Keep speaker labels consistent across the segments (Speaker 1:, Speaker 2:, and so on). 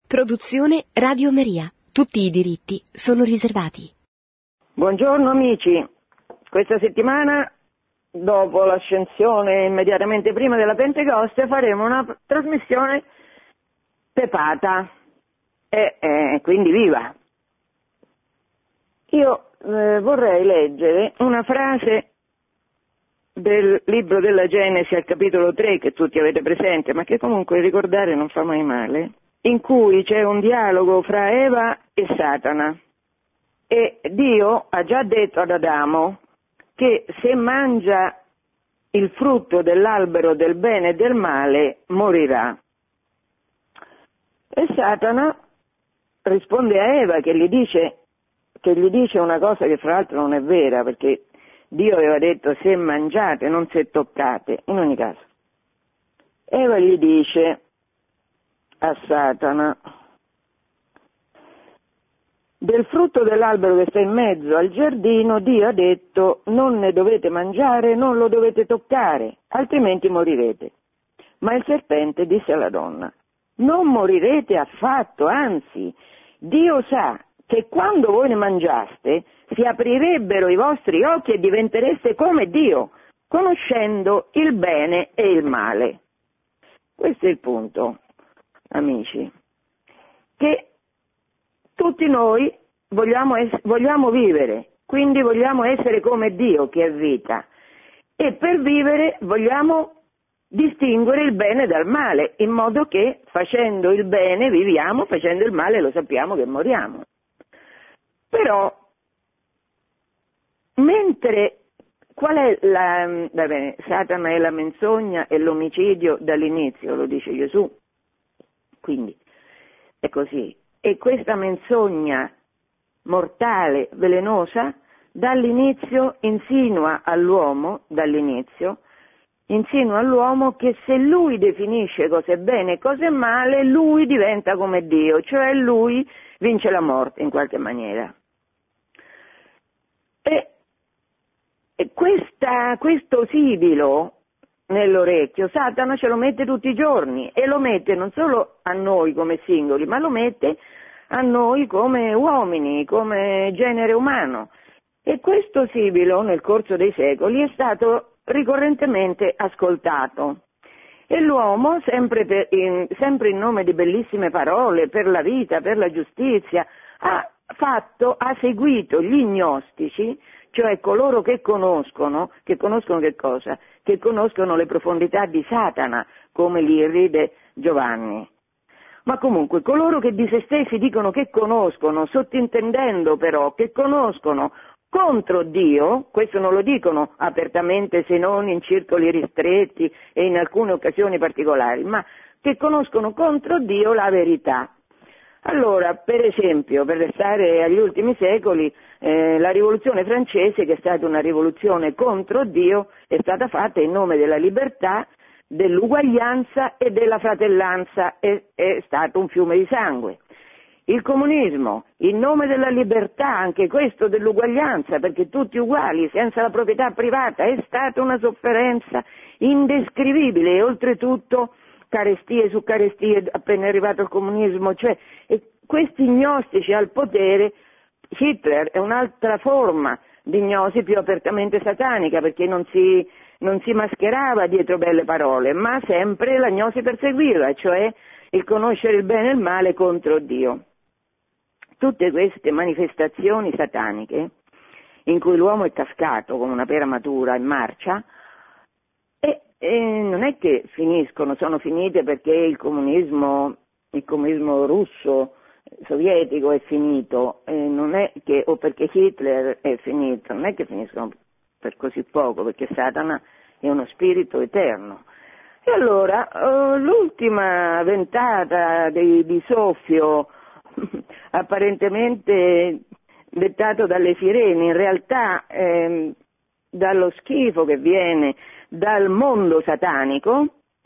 Speaker 1: Produzione Radio Maria. Tutti i diritti sono riservati.
Speaker 2: Buongiorno amici. Questa settimana, dopo l'ascensione immediatamente prima della Pentecoste, faremo una trasmissione pepata e quindi viva. Io vorrei leggere una frase del libro della Genesi al capitolo 3, che tutti avete presente, ma che comunque ricordare non fa mai male, in cui c'è un dialogo fra Eva e Satana. E Dio ha già detto ad Adamo che se mangia il frutto dell'albero del bene e del male morirà. E Satana risponde a Eva che gli dice una cosa che fra l'altro non è vera, perché Dio aveva detto se mangiate, non se toccate, in ogni caso. Eva gli dice a Satana: del frutto dell'albero che sta in mezzo al giardino Dio ha detto non ne dovete mangiare, non lo dovete toccare, altrimenti morirete. Ma il serpente disse alla donna: non morirete affatto, anzi, Dio sa che quando voi ne mangiaste si aprirebbero i vostri occhi e diventereste come Dio, conoscendo il bene e il male. Questo è il punto, amici, che tutti noi vogliamo vivere, quindi vogliamo essere come Dio che è vita, e per vivere vogliamo distinguere il bene dal male, in modo che facendo il bene viviamo, facendo il male lo sappiamo che moriamo. Però, qual è Satana è la menzogna e l'omicidio dall'inizio, lo dice Gesù, quindi è così. E questa menzogna mortale, velenosa, dall'inizio insinua all'uomo che se lui definisce cosa è bene e cosa è male, lui diventa come Dio, cioè lui vince la morte in qualche maniera. E questo sibilo nell'orecchio Satana ce lo mette tutti i giorni, e lo mette non solo a noi come singoli, ma lo mette a noi come uomini, come genere umano. E questo sibilo nel corso dei secoli è stato ricorrentemente ascoltato. E l'uomo, sempre in nome di bellissime parole, per la vita, per la giustizia, ha seguito gli gnostici, cioè coloro che conoscono che cosa? Che conoscono le profondità di Satana, come li irride Giovanni. Ma comunque coloro che di se stessi dicono che conoscono, sottintendendo però che conoscono contro Dio, questo non lo dicono apertamente se non in circoli ristretti e in alcune occasioni particolari, ma che conoscono contro Dio la verità. Allora, per esempio, per restare agli ultimi secoli, la rivoluzione francese, che è stata una rivoluzione contro Dio, è stata fatta in nome della libertà, dell'uguaglianza e della fratellanza, è stato un fiume di sangue. Il comunismo, in nome della libertà, anche questo dell'uguaglianza, perché tutti uguali, senza la proprietà privata, è stata una sofferenza indescrivibile, e oltretutto carestie su carestie appena arrivato il comunismo, cioè questi gnostici al potere. Hitler è un'altra forma di gnosi più apertamente satanica, perché non si mascherava dietro belle parole, ma sempre la gnosi perseguiva, cioè il conoscere il bene e il male contro Dio. Tutte queste manifestazioni sataniche in cui l'uomo è cascato come una pera matura in marcia, e non è che finiscono, sono finite perché il comunismo russo, sovietico è finito, o perché Hitler è finito, non è che finiscono per così poco, perché Satana è uno spirito eterno. E allora l'ultima ventata di soffio apparentemente dettato dalle sirene, in realtà dallo schifo che viene dal mondo satanico,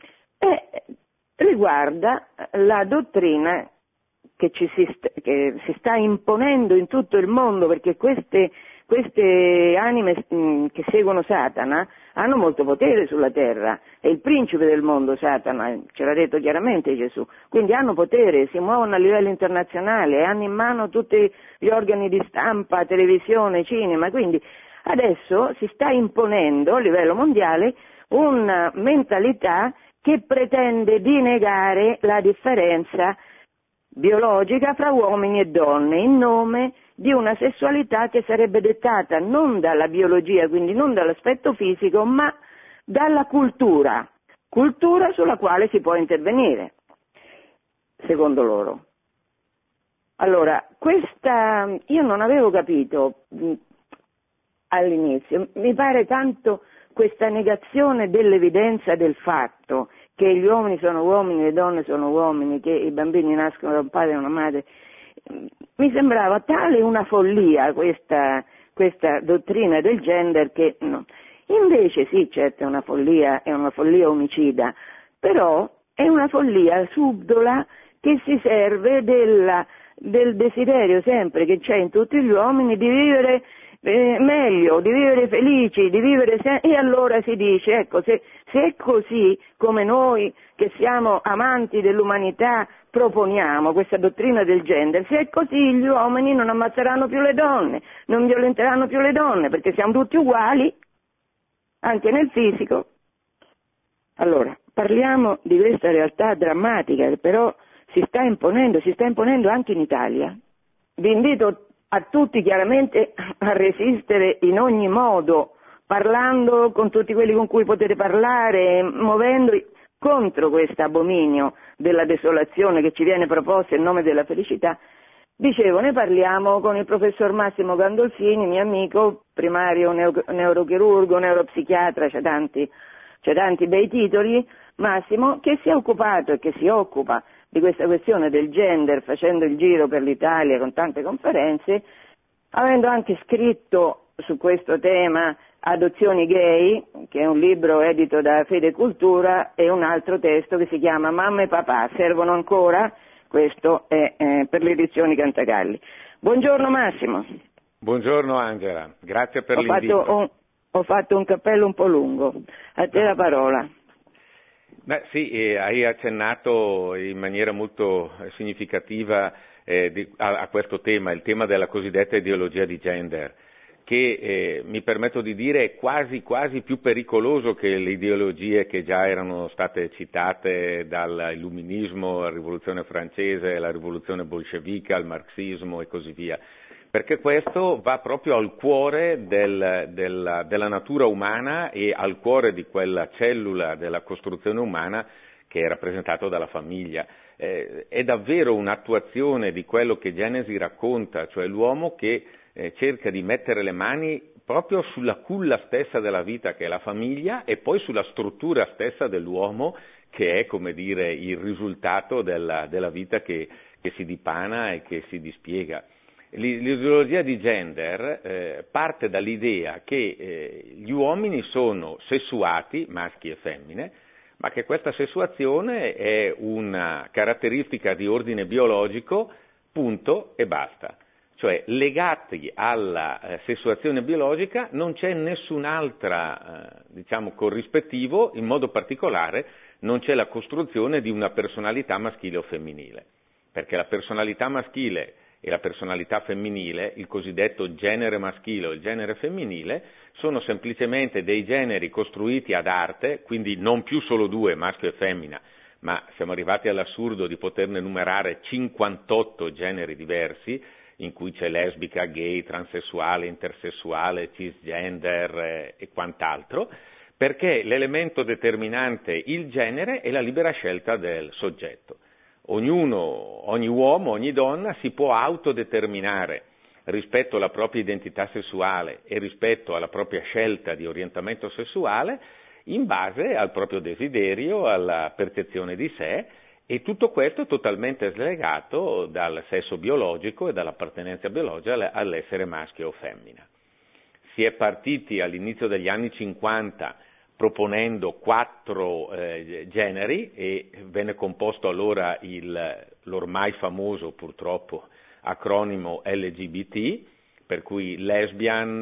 Speaker 2: riguarda la dottrina che si sta imponendo in tutto il mondo, perché queste queste anime che seguono Satana hanno molto potere sulla terra, è il principe del mondo Satana, ce l'ha detto chiaramente Gesù, quindi hanno potere, si muovono a livello internazionale, hanno in mano tutti gli organi di stampa, televisione, cinema, quindi adesso si sta imponendo a livello mondiale una mentalità che pretende di negare la differenza biologica fra uomini e donne in nome di una sessualità che sarebbe dettata non dalla biologia, quindi non dall'aspetto fisico, ma dalla cultura sulla quale si può intervenire, secondo loro. Allora, io non avevo capito all'inizio, mi pare tanto questa negazione dell'evidenza del fatto che gli uomini sono uomini, le donne sono uomini, che i bambini nascono da un padre e una madre. Mi sembrava tale una follia questa dottrina del gender che no. Invece sì, certo è una follia omicida, però è una follia subdola che si serve del desiderio sempre che c'è in tutti gli uomini di vivere meglio, di vivere felici, di vivere e allora si dice, ecco, se è così come noi che siamo amanti dell'umanità proponiamo questa dottrina del gender, se è così gli uomini non ammazzeranno più le donne, non violenteranno più le donne, perché siamo tutti uguali, anche nel fisico. Allora, parliamo di questa realtà drammatica che però si sta imponendo anche in Italia. Vi invito a tutti chiaramente a resistere in ogni modo, parlando con tutti quelli con cui potete parlare, muovendovi contro questo abominio della desolazione che ci viene proposto in nome della felicità. Dicevo, ne parliamo con il professor Massimo Gandolfini, mio amico, primario neurochirurgo, neuropsichiatra, c'è tanti bei titoli, Massimo, che si è occupato e che si occupa di questa questione del gender, facendo il giro per l'Italia con tante conferenze, avendo anche scritto su questo tema Adozioni gay, che è un libro edito da Fede Cultura, e un altro testo che si chiama Mamma e papà, servono ancora? Questo è per le edizioni Cantagalli. Buongiorno Massimo.
Speaker 3: Buongiorno Angela, grazie per l'invito.
Speaker 2: Ho fatto un cappello un po' lungo, a te la parola.
Speaker 3: Beh, sì, hai accennato in maniera molto significativa a questo tema, il tema della cosiddetta ideologia di gender, che mi permetto di dire è quasi più pericoloso che le ideologie che già erano state citate dall'illuminismo, la rivoluzione francese, la rivoluzione bolscevica, il marxismo e così via, perché questo va proprio al cuore della natura umana e al cuore di quella cellula della costruzione umana che è rappresentato dalla famiglia. È davvero un'attuazione di quello che Genesi racconta, cioè l'uomo che cerca di mettere le mani proprio sulla culla stessa della vita che è la famiglia e poi sulla struttura stessa dell'uomo che è, come dire, il risultato della vita che si dipana e che si dispiega. L'ideologia di gender parte dall'idea che gli uomini sono sessuati, maschi e femmine, ma che questa sessuazione è una caratteristica di ordine biologico, punto e basta. Cioè legati alla sessuazione biologica non c'è nessun'altra, corrispettivo, in modo particolare non c'è la costruzione di una personalità maschile o femminile, perché la personalità maschile e la personalità femminile, il cosiddetto genere maschile o il genere femminile, sono semplicemente dei generi costruiti ad arte, quindi non più solo due, maschio e femmina, ma siamo arrivati all'assurdo di poterne numerare 58 generi diversi, in cui c'è lesbica, gay, transessuale, intersessuale, cisgender e quant'altro, perché l'elemento determinante, il genere, è la libera scelta del soggetto. Ogni uomo, ogni donna si può autodeterminare rispetto alla propria identità sessuale e rispetto alla propria scelta di orientamento sessuale in base al proprio desiderio, alla percezione di sé, e tutto questo è totalmente slegato dal sesso biologico e dall'appartenenza biologica all'essere maschio o femmina. Si è partiti all'inizio degli anni 50 proponendo 4 generi e venne composto allora l'ormai famoso purtroppo acronimo LGBT per cui lesbian,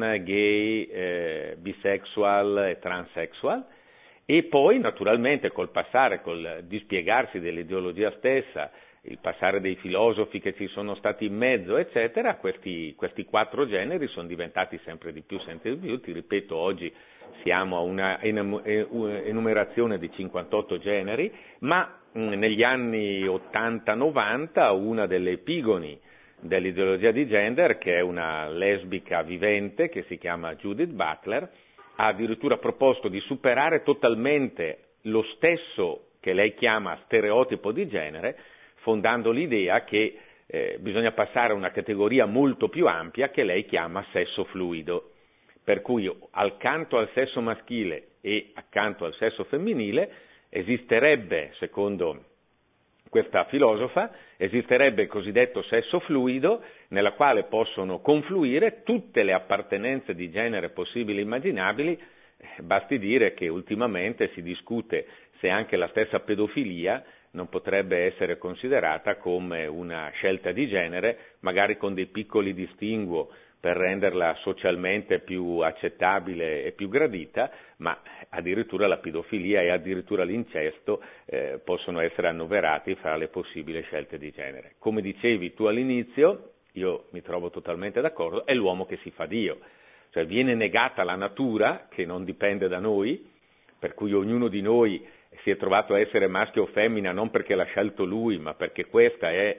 Speaker 3: gay, bisexual e transsexual, e poi naturalmente col dispiegarsi dell'ideologia stessa, il passare dei filosofi che ci sono stati in mezzo, eccetera, questi 4 generi sono diventati sempre di più, ti ripeto, oggi siamo a una enumerazione di 58 generi, ma negli anni 80-90 una delle epigoni dell'ideologia di gender, che è una lesbica vivente che si chiama Judith Butler, ha addirittura proposto di superare totalmente lo stesso che lei chiama stereotipo di genere, fondando l'idea che bisogna passare a una categoria molto più ampia che lei chiama sesso fluido, per cui accanto al sesso maschile e accanto al sesso femminile esisterebbe, secondo questa filosofa, esisterebbe il cosiddetto sesso fluido, nella quale possono confluire tutte le appartenenze di genere possibili e immaginabili. Basti dire che ultimamente si discute se anche la stessa pedofilia non potrebbe essere considerata come una scelta di genere, magari con dei piccoli distinguo per renderla socialmente più accettabile e più gradita, ma addirittura la pedofilia e addirittura l'incesto possono essere annoverati fra le possibili scelte di genere. Come dicevi tu all'inizio, io mi trovo totalmente d'accordo, è l'uomo che si fa Dio, cioè viene negata la natura che non dipende da noi, per cui ognuno di noi si è trovato a essere maschio o femmina non perché l'ha scelto lui, ma perché questa è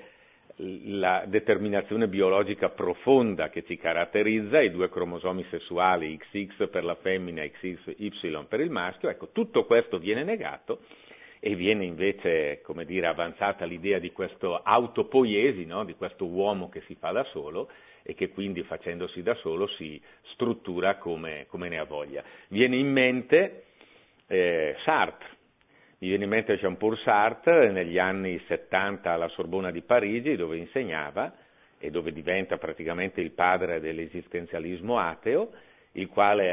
Speaker 3: la determinazione biologica profonda che ci caratterizza, i 2 cromosomi sessuali, XX per la femmina e XY per il maschio. Ecco, tutto questo viene negato e viene invece, come dire, avanzata l'idea di questo autopoiesi, no? Di questo uomo che si fa da solo e che quindi facendosi da solo si struttura come ne ha voglia. Viene in mente Sartre. Mi viene in mente Jean-Paul Sartre negli anni 70 alla Sorbona di Parigi, dove insegnava e dove diventa praticamente il padre dell'esistenzialismo ateo, il quale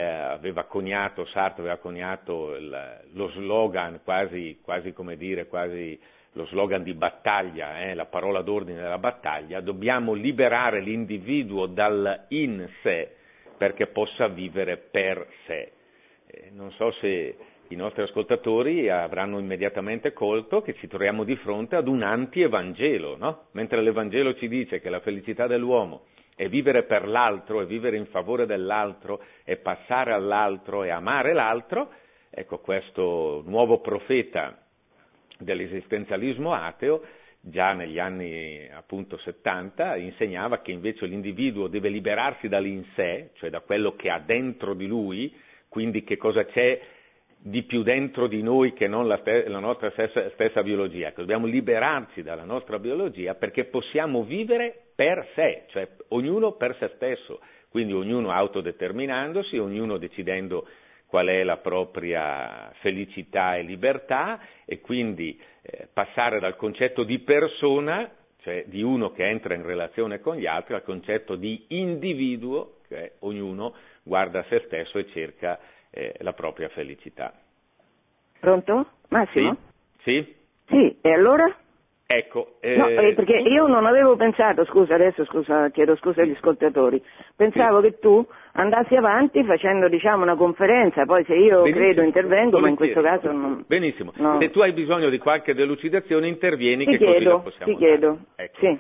Speaker 3: Sartre aveva coniato lo slogan, quasi come dire, quasi lo slogan di battaglia, la parola d'ordine della battaglia: dobbiamo liberare l'individuo dal in sé perché possa vivere per sé. Non so se i nostri ascoltatori avranno immediatamente colto che ci troviamo di fronte ad un anti-evangelo, no? Mentre l'Evangelo ci dice che la felicità dell'uomo è vivere per l'altro, è vivere in favore dell'altro, è passare all'altro e amare l'altro, ecco, questo nuovo profeta dell'esistenzialismo ateo, già negli anni appunto 70, insegnava che invece l'individuo deve liberarsi dall'in sé, cioè da quello che ha dentro di lui, quindi che cosa c'è di più dentro di noi che non la nostra stessa biologia. Dobbiamo liberarci dalla nostra biologia perché possiamo vivere per sé, cioè ognuno per se stesso, quindi ognuno autodeterminandosi, ognuno decidendo qual è la propria felicità e libertà, e quindi passare dal concetto di persona, cioè di uno che entra in relazione con gli altri, al concetto di individuo, che ognuno guarda a se stesso e cerca la propria felicità.
Speaker 2: Pronto? Massimo?
Speaker 3: Sì?
Speaker 2: Sì, e allora?
Speaker 3: Ecco.
Speaker 2: No, perché io non avevo pensato, chiedo scusa agli ascoltatori, pensavo che tu andassi avanti facendo, una conferenza, poi se io credo intervengo, ma in questo caso non...
Speaker 3: Benissimo,
Speaker 2: no.
Speaker 3: Se tu hai bisogno di qualche delucidazione intervieni,
Speaker 2: così la possiamo dare.
Speaker 3: Ecco.
Speaker 2: Sì.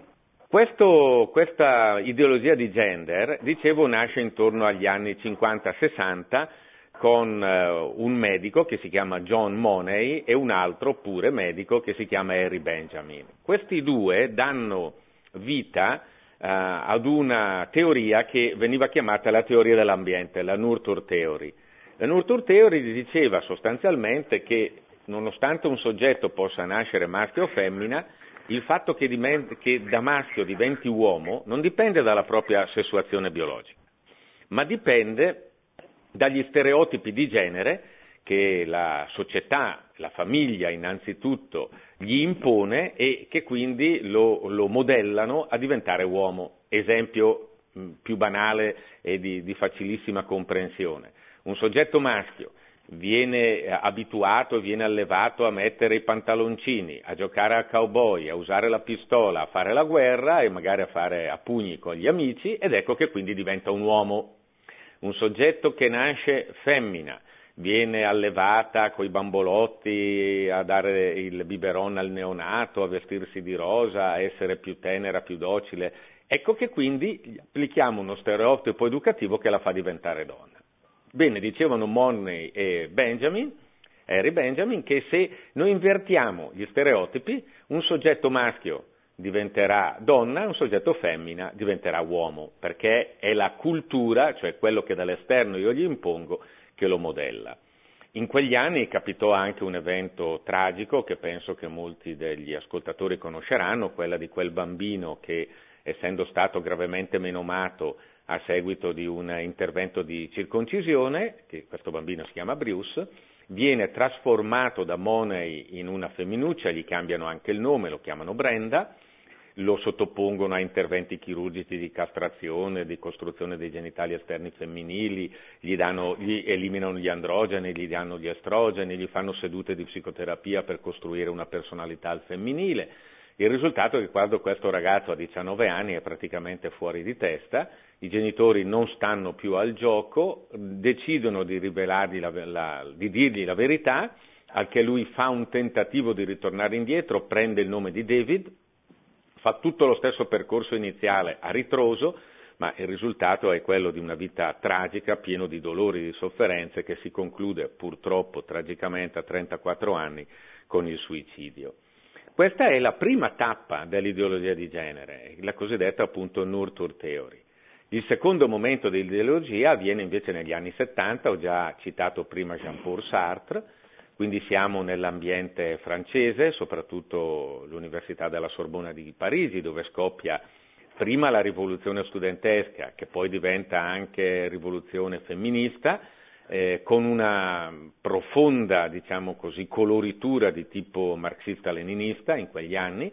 Speaker 3: Questa ideologia di gender, dicevo, nasce intorno agli anni 50-60 con un medico che si chiama John Money e un altro pure medico che si chiama Harry Benjamin. Questi due danno vita ad una teoria che veniva chiamata la teoria dell'ambiente, la Nurture Theory. La Nurture Theory diceva sostanzialmente che nonostante un soggetto possa nascere maschio o femmina, il fatto che da maschio diventi uomo non dipende dalla propria sessuazione biologica, ma dipende dagli stereotipi di genere che la società, la famiglia innanzitutto, gli impone e che quindi lo modellano a diventare uomo. Esempio più banale e di facilissima comprensione. Un soggetto maschio viene abituato, viene allevato a mettere i pantaloncini, a giocare a cowboy, a usare la pistola, a fare la guerra e magari a fare a pugni con gli amici, ed ecco che quindi diventa un uomo. Un soggetto che nasce femmina, viene allevata coi bambolotti a dare il biberon al neonato, a vestirsi di rosa, a essere più tenera, più docile. Ecco che quindi gli applichiamo uno stereotipo educativo che la fa diventare donna. Bene, dicevano Money e Harry Benjamin, che se noi invertiamo gli stereotipi, un soggetto maschio diventerà donna, un soggetto femmina diventerà uomo, perché è la cultura, cioè quello che dall'esterno io gli impongo, che lo modella. In quegli anni capitò anche un evento tragico che penso che molti degli ascoltatori conosceranno, quella di quel bambino che, essendo stato gravemente menomato a seguito di un intervento di circoncisione, che questo bambino si chiama Bruce, viene trasformato da Money in una femminuccia, gli cambiano anche il nome, lo chiamano Brenda, lo sottopongono a interventi chirurgici di castrazione, di costruzione dei genitali esterni femminili, gli eliminano gli androgeni, gli danno gli estrogeni, gli fanno sedute di psicoterapia per costruire una personalità al femminile. Il risultato è che quando questo ragazzo ha 19 anni è praticamente fuori di testa, i genitori non stanno più al gioco, decidono di di dirgli la verità, al che lui fa un tentativo di ritornare indietro, prende il nome di David, fa tutto lo stesso percorso iniziale a ritroso, ma il risultato è quello di una vita tragica, pieno di dolori, di sofferenze, che si conclude purtroppo tragicamente a 34 anni con il suicidio. Questa è la prima tappa dell'ideologia di genere, la cosiddetta appunto Nurture Theory. Il secondo momento dell'ideologia avviene invece negli anni 70, ho già citato prima Jean-Paul Sartre, quindi siamo nell'ambiente francese, soprattutto l'Università della Sorbona di Parigi, dove scoppia prima la rivoluzione studentesca, che poi diventa anche rivoluzione femminista, con una profonda, diciamo così, coloritura di tipo marxista-leninista in quegli anni,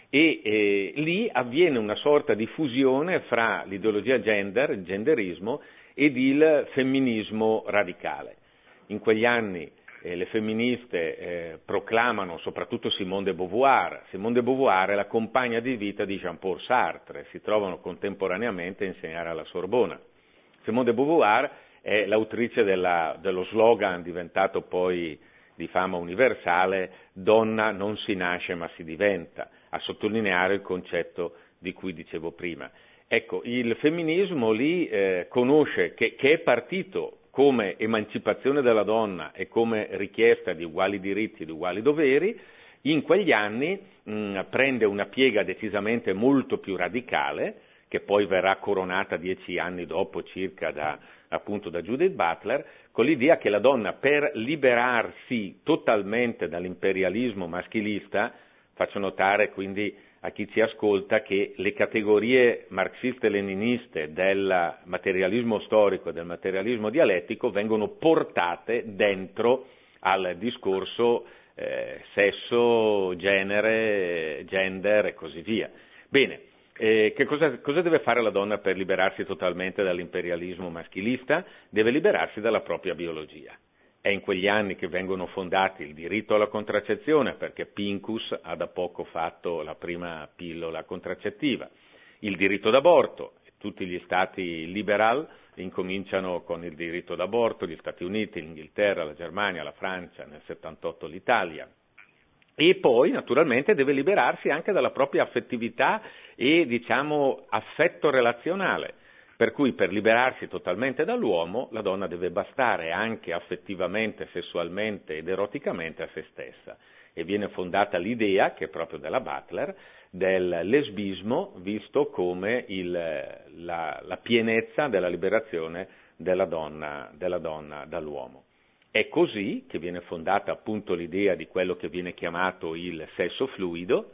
Speaker 3: e lì avviene una sorta di fusione fra l'ideologia gender, il genderismo, ed il femminismo radicale. In quegli anni le femministe proclamano soprattutto Simone de Beauvoir. Simone de Beauvoir è la compagna di vita di Jean-Paul Sartre, si trovano contemporaneamente a insegnare alla Sorbona. Simone de Beauvoir è l'autrice dello slogan diventato poi di fama universale "Donna non si nasce ma si diventa", a sottolineare il concetto di cui dicevo prima. Ecco, il femminismo lì conosce, che è partito come emancipazione della donna e come richiesta di uguali diritti e di uguali doveri, in quegli anni prende una piega decisamente molto più radicale, che poi verrà coronata 10 anni dopo circa appunto da Judith Butler, con l'idea che la donna, per liberarsi totalmente dall'imperialismo maschilista, faccio notare quindi a chi ci ascolta che le categorie marxiste-leniniste del materialismo storico e del materialismo dialettico vengono portate dentro al discorso sesso, genere, gender e così via. Bene, cosa deve fare la donna per liberarsi totalmente dall'imperialismo maschilista? Deve liberarsi dalla propria biologia. È in quegli anni che vengono fondati il diritto alla contraccezione, perché Pincus ha da poco fatto la prima pillola contraccettiva, il diritto d'aborto. Tutti gli stati liberal incominciano con il diritto d'aborto, gli Stati Uniti, l'Inghilterra, la Germania, la Francia, nel 78 l'Italia. E poi naturalmente deve liberarsi anche dalla propria affettività e, diciamo, affetto relazionale. Per cui per liberarsi totalmente dall'uomo la donna deve bastare anche affettivamente, sessualmente ed eroticamente a se stessa. E viene fondata l'idea, che è proprio della Butler, del lesbismo visto come la pienezza della liberazione della donna dall'uomo. È così che viene fondata appunto l'idea di quello che viene chiamato il sesso fluido,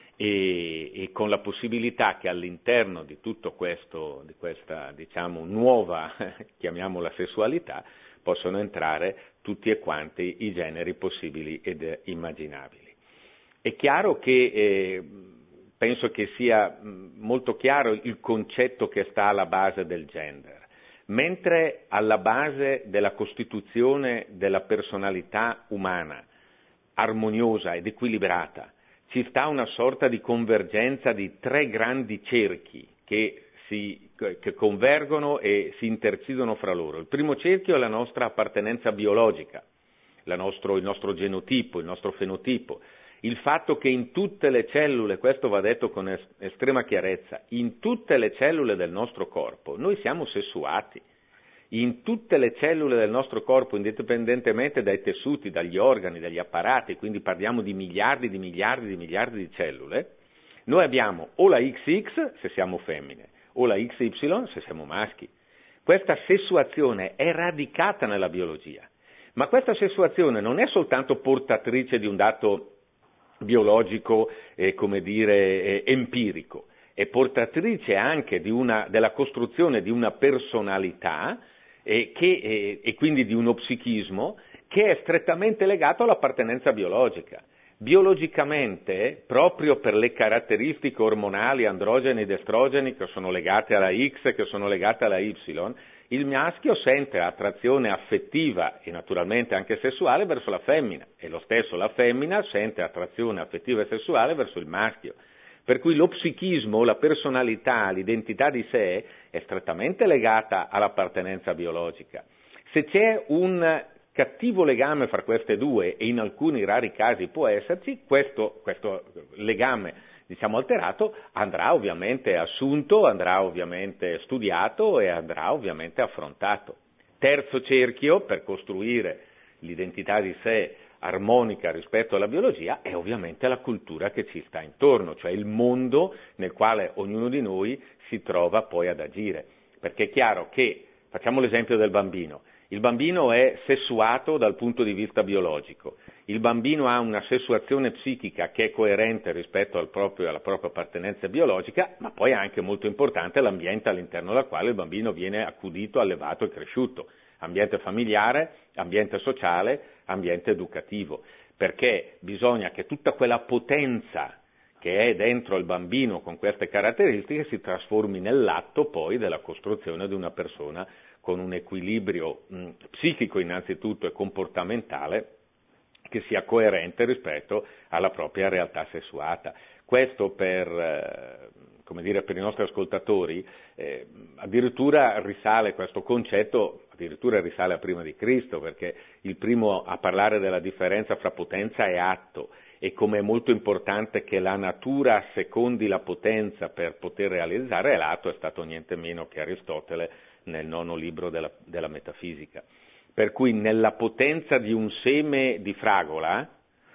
Speaker 3: e con la possibilità che all'interno di tutto questo, di questa diciamo nuova, chiamiamola sessualità, possono entrare tutti e quanti i generi possibili ed immaginabili. È chiaro che penso che sia molto chiaro il concetto che sta alla base del gender. mentre alla base della costituzione della personalità umana, armoniosa ed equilibrata, ci sta una sorta di convergenza di tre grandi cerchi che convergono e si intercidono fra loro. Il primo cerchio è la nostra appartenenza biologica, il nostro genotipo, il nostro fenotipo, il fatto che in tutte le cellule, questo va detto con estrema chiarezza, in tutte le cellule del nostro corpo noi siamo sessuati. In tutte le cellule del nostro corpo, indipendentemente dai tessuti, dagli organi, dagli apparati, quindi parliamo di miliardi di cellule, noi abbiamo o la XX se siamo femmine, o la XY se siamo maschi. Questa sessuazione è radicata nella biologia, ma questa sessuazione non è soltanto portatrice di un dato biologico, empirico, è portatrice anche della costruzione di una personalità e quindi di uno psichismo che è strettamente legato all'appartenenza biologica. Biologicamente, proprio per le caratteristiche ormonali, androgeni ed estrogeni che sono legate alla X, che sono legate alla Y, il maschio sente attrazione affettiva e naturalmente anche sessuale verso la femmina, e lo stesso la femmina sente attrazione affettiva e sessuale verso il maschio. Per cui lo psichismo, la personalità, l'identità di sé è strettamente legata all'appartenenza biologica. Se c'è un cattivo legame fra queste due, e in alcuni rari casi può esserci, questo legame alterato andrà ovviamente assunto, andrà ovviamente studiato e andrà ovviamente affrontato. Terzo cerchio per costruire l'identità di sé armonica rispetto alla biologia è ovviamente la cultura che ci sta intorno, cioè il mondo nel quale ognuno di noi si trova poi ad agire. Perché è chiaro che, facciamo l'esempio del bambino, il bambino è sessuato dal punto di vista biologico, il bambino ha una sessuazione psichica che è coerente rispetto alla propria appartenenza biologica, ma poi è anche molto importante l'ambiente all'interno del quale il bambino viene accudito, allevato e cresciuto, ambiente familiare, ambiente sociale, ambiente educativo, perché bisogna che tutta quella potenza che è dentro il bambino con queste caratteristiche si trasformi nell'atto poi della costruzione di una persona con un equilibrio psichico innanzitutto e comportamentale che sia coerente rispetto alla propria realtà sessuata. Questo per i nostri ascoltatori addirittura risale questo concetto, addirittura risale a prima di Cristo, perché il primo a parlare della differenza fra potenza e atto e come è molto importante che la natura secondi la potenza per poter realizzare l'atto è stato niente meno che Aristotele nel 9° libro della Metafisica. Per cui nella potenza di un seme di fragola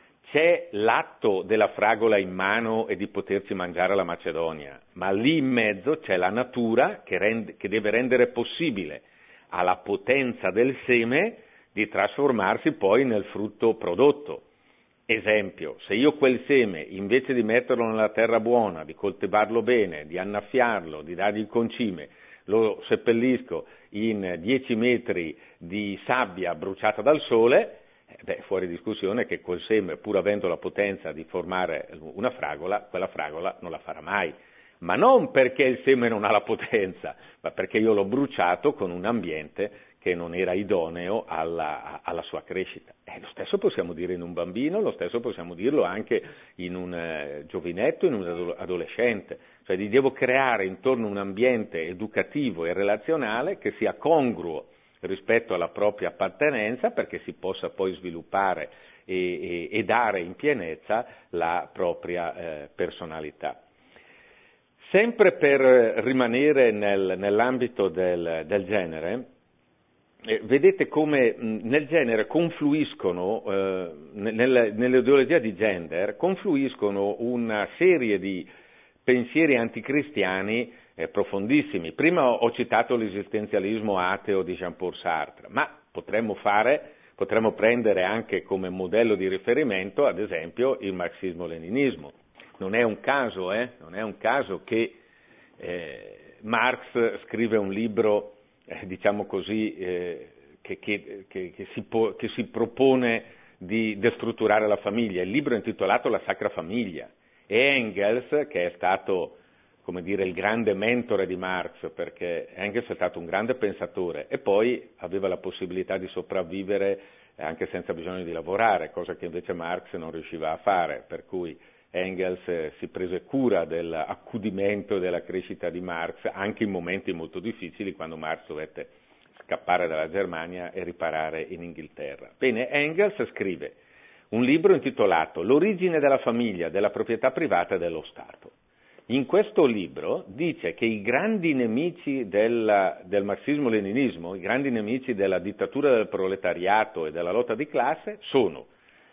Speaker 3: c'è l'atto della fragola in mano e di poterci mangiare la macedonia, ma lì in mezzo c'è la natura che deve rendere possibile alla potenza del seme di trasformarsi poi nel frutto prodotto. Esempio, se io quel seme, invece di metterlo nella terra buona, di coltivarlo bene, di annaffiarlo, di dargli il concime, lo seppellisco in 10 metri di sabbia bruciata dal sole, fuori discussione che quel seme, pur avendo la potenza di formare una fragola, quella fragola non la farà mai. Ma non perché il seme non ha la potenza, ma perché io l'ho bruciato con un ambiente che non era idoneo alla sua crescita. Lo stesso possiamo dire in un bambino, lo stesso possiamo dirlo anche in un giovinetto, in un adolescente. Cioè gli devo creare intorno un ambiente educativo e relazionale che sia congruo rispetto alla propria appartenenza perché si possa poi sviluppare e dare in pienezza la propria personalità. Sempre per rimanere nell'ambito del genere, vedete come nel genere confluiscono, nell'ideologia di gender, confluiscono una serie di pensieri anticristiani profondissimi. Prima ho citato l'esistenzialismo ateo di Jean-Paul Sartre, ma potremmo prendere anche come modello di riferimento, ad esempio, il marxismo-leninismo. Non è un caso che Marx scrive un libro, che si propone di destrutturare la famiglia. Il libro è intitolato La Sacra Famiglia. E Engels, che è stato come dire, il grande mentore di Marx, perché Engels è stato un grande pensatore e poi aveva la possibilità di sopravvivere anche senza bisogno di lavorare, cosa che invece Marx non riusciva a fare, per cui Engels si prese cura dell'accudimento e della crescita di Marx anche in momenti molto difficili, quando Marx dovette scappare dalla Germania e riparare in Inghilterra. Bene, Engels scrive un libro intitolato L'origine della famiglia, della proprietà privata e dello Stato. In questo libro dice che i grandi nemici del marxismo-leninismo, i grandi nemici della dittatura del proletariato e della lotta di classe sono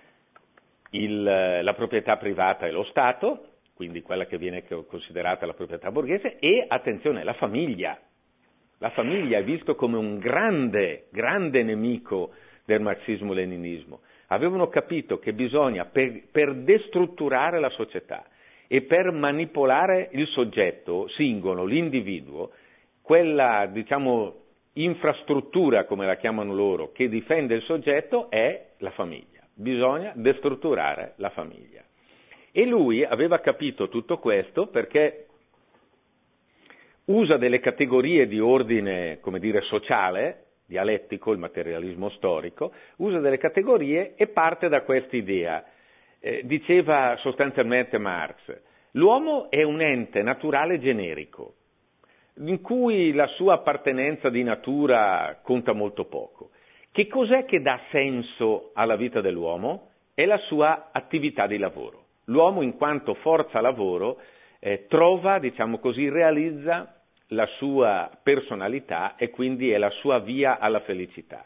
Speaker 3: la proprietà privata e lo Stato, quindi quella che viene considerata la proprietà borghese, e, attenzione, la famiglia. La famiglia è visto come un grande, grande nemico del marxismo-leninismo. Avevano capito che bisogna, per destrutturare la società e per manipolare il soggetto singolo, l'individuo, quella, diciamo, infrastruttura, come la chiamano loro, che difende il soggetto è la famiglia. Bisogna destrutturare la famiglia. E lui aveva capito tutto questo perché usa delle categorie di ordine, come dire, sociale, dialettico, il materialismo storico, usa delle categorie e parte da questa idea. Diceva sostanzialmente Marx, l'uomo è un ente naturale generico, in cui la sua appartenenza di natura conta molto poco. Che cos'è che dà senso alla vita dell'uomo? È la sua attività di lavoro. L'uomo, in quanto forza lavoro, trova, diciamo così, realizza la sua personalità e quindi è la sua via alla felicità.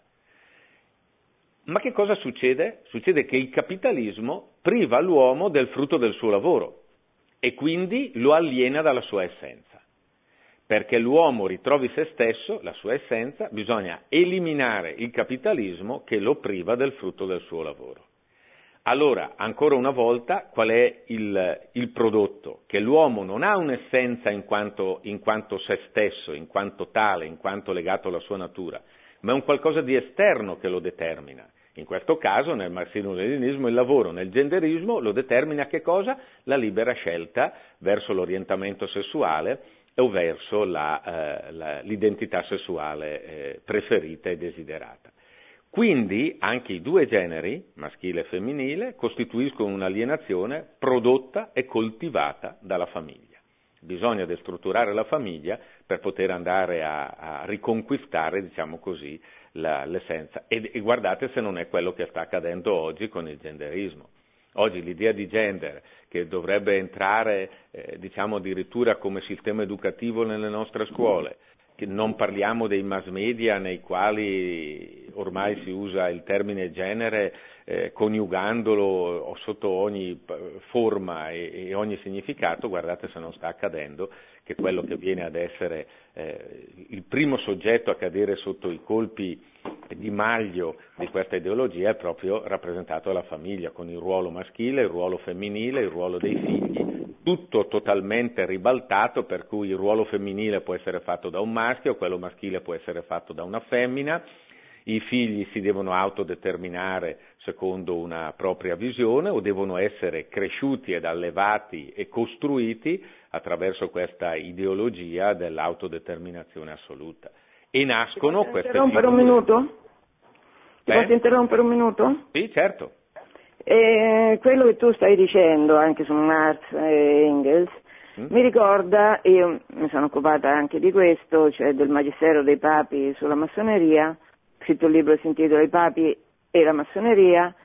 Speaker 3: Ma che cosa succede? Succede che il capitalismo priva l'uomo del frutto del suo lavoro e quindi lo aliena dalla sua essenza. Perché l'uomo ritrovi se stesso, la sua essenza, bisogna eliminare il capitalismo che lo priva del frutto del suo lavoro. Allora, ancora una volta, qual è il prodotto? Che l'uomo non ha un'essenza in quanto se stesso, in quanto tale, in quanto legato alla sua natura, ma è un qualcosa di esterno che lo determina. In questo caso, nel marxismo-leninismo, il lavoro, nel genderismo, lo determina che cosa? La libera scelta verso l'orientamento sessuale o verso l'identità sessuale preferita e desiderata. Quindi anche i due generi, maschile e femminile, costituiscono un'alienazione prodotta e coltivata dalla famiglia. Bisogna destrutturare la famiglia per poter andare a riconquistare, diciamo così, l'essenza. E guardate se non è quello che sta accadendo oggi con il genderismo. Oggi l'idea di gender, che dovrebbe entrare, diciamo addirittura come sistema educativo nelle nostre scuole, che non parliamo dei mass media nei quali ormai si usa il termine genere coniugandolo sotto ogni forma e ogni significato. Guardate se non sta accadendo che quello che viene ad essere il primo soggetto a cadere sotto i colpi di maglio di questa ideologia è proprio rappresentato dalla famiglia, con il ruolo maschile, il ruolo femminile, il ruolo dei figli, tutto totalmente ribaltato, per cui il ruolo femminile può essere fatto da un maschio, quello maschile può essere fatto da una femmina, i figli si devono autodeterminare secondo una propria visione o devono essere cresciuti ed allevati e costruiti attraverso questa ideologia dell'autodeterminazione assoluta. E nascono queste figure.
Speaker 2: Posso interrompere un minuto? Posso interrompere un minuto?
Speaker 3: Sì, certo.
Speaker 2: Quello che tu stai dicendo anche su Marx e Engels mi ricorda, io mi sono occupata anche di questo, cioè del Magistero dei Papi sulla massoneria, ho scritto un libro che si intitola I Papi e la massoneria,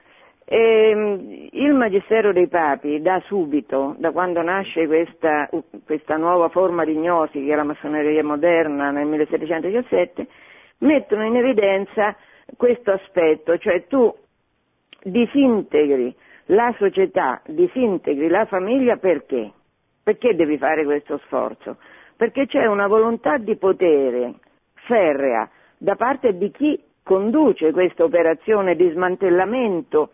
Speaker 2: e il Magistero dei Papi da subito, da quando nasce questa nuova forma di gnosi che è la massoneria moderna nel 1717, mettono in evidenza questo aspetto, cioè tu disintegri la società, disintegri la famiglia perché? Perché devi fare questo sforzo? Perché c'è una volontà di potere ferrea da parte di chi conduce questa operazione di smantellamento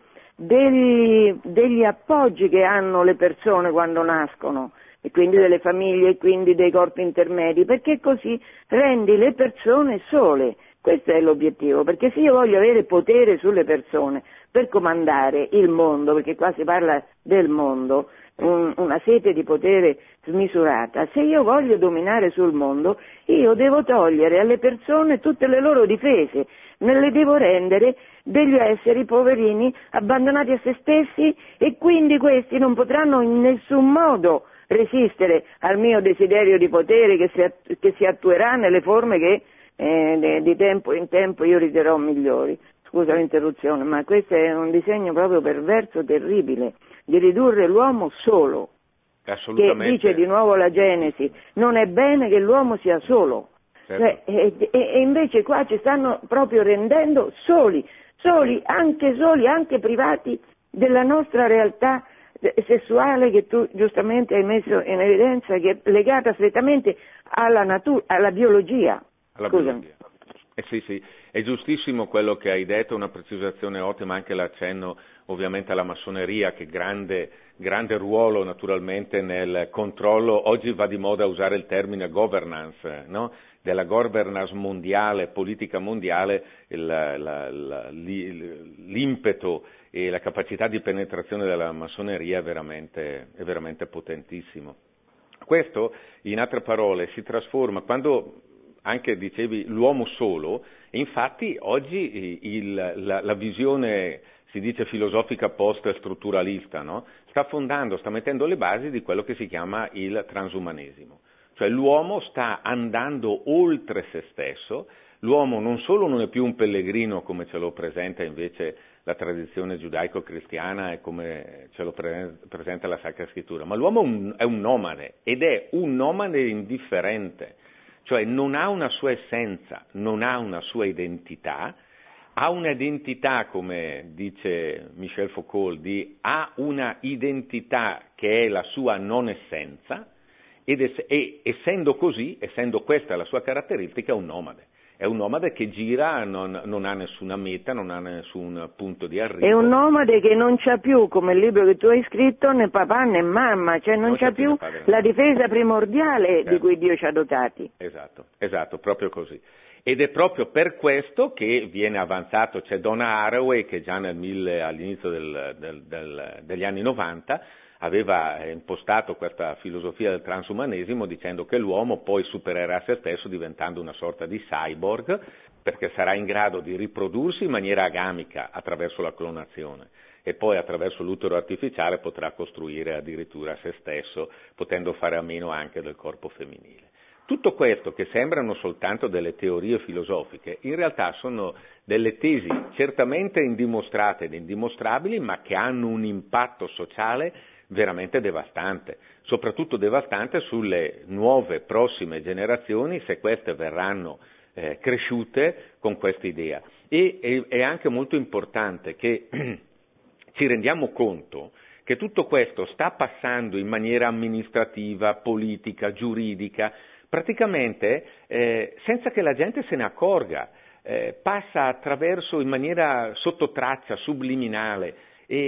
Speaker 2: degli appoggi che hanno le persone quando nascono, e quindi delle famiglie e quindi dei corpi intermedi, perché così rendi le persone sole. Questo è l'obiettivo, perché se io voglio avere potere sulle persone per comandare il mondo, perché qua si parla del mondo, una sete di potere smisurata. Se io voglio dominare sul mondo, io devo togliere alle persone tutte le loro difese, me le devo rendere degli esseri poverini abbandonati a se stessi, e quindi questi non potranno in nessun modo resistere al mio desiderio di potere che si attuerà nelle forme che di tempo in tempo io riterrò migliori. Scusa l'interruzione, ma questo è un disegno proprio perverso, terribile, di ridurre l'uomo solo.
Speaker 3: Assolutamente.
Speaker 2: Che dice di nuovo la Genesi, non è bene che l'uomo sia solo.
Speaker 3: Certo.
Speaker 2: E invece qua ci stanno proprio rendendo soli, anche privati della nostra realtà sessuale, che tu giustamente hai messo in evidenza, che è legata strettamente alla natura, alla biologia. Scusami.
Speaker 3: Sì, è giustissimo quello che hai detto, una precisazione ottima, anche l'accenno ovviamente alla massoneria, che grande ruolo naturalmente nel controllo. Oggi va di moda usare il termine governance, no? Della governance mondiale, politica mondiale, l'impeto e la capacità di penetrazione della massoneria è veramente potentissimo. Questo, in altre parole, si trasforma quando anche dicevi l'uomo solo, e infatti oggi la visione, si dice filosofica post-strutturalista, no? sta mettendo le basi di quello che si chiama il transumanesimo. Cioè l'uomo sta andando oltre se stesso, l'uomo non solo non è più un pellegrino come ce lo presenta invece la tradizione giudaico-cristiana e come ce lo presenta la Sacra Scrittura, ma l'uomo è un nomade, ed è un nomade indifferente. Cioè non ha una sua essenza, non ha una sua identità, ha un'identità, come dice Michel Foucault, ha una identità che è la sua non essenza, e essendo così, essendo questa la sua caratteristica, è un nomade. È un nomade che gira, non ha nessuna meta, non ha nessun punto di arrivo.
Speaker 2: È un nomade che non c'ha più, come il libro che tu hai scritto, né papà né mamma, cioè non c'ha più la difesa primordiale di cui Dio ci ha dotati.
Speaker 3: Esatto, proprio così. Ed è proprio per questo che viene avanzato, c'è Donna Haraway che già all'inizio degli anni 90 aveva impostato questa filosofia del transumanesimo dicendo che l'uomo poi supererà se stesso diventando una sorta di cyborg, perché sarà in grado di riprodursi in maniera agamica attraverso la clonazione e poi attraverso l'utero artificiale potrà costruire addirittura se stesso, potendo fare a meno anche del corpo femminile. Tutto questo, che sembrano soltanto delle teorie filosofiche, in realtà sono delle tesi certamente indimostrate ed indimostrabili, ma che hanno un impatto sociale veramente devastante, soprattutto devastante sulle nuove prossime generazioni, se queste verranno cresciute con questa idea. E è anche molto importante che ci rendiamo conto che tutto questo sta passando in maniera amministrativa, politica, giuridica, praticamente senza che la gente se ne accorga, passa attraverso in maniera sottotraccia, subliminale,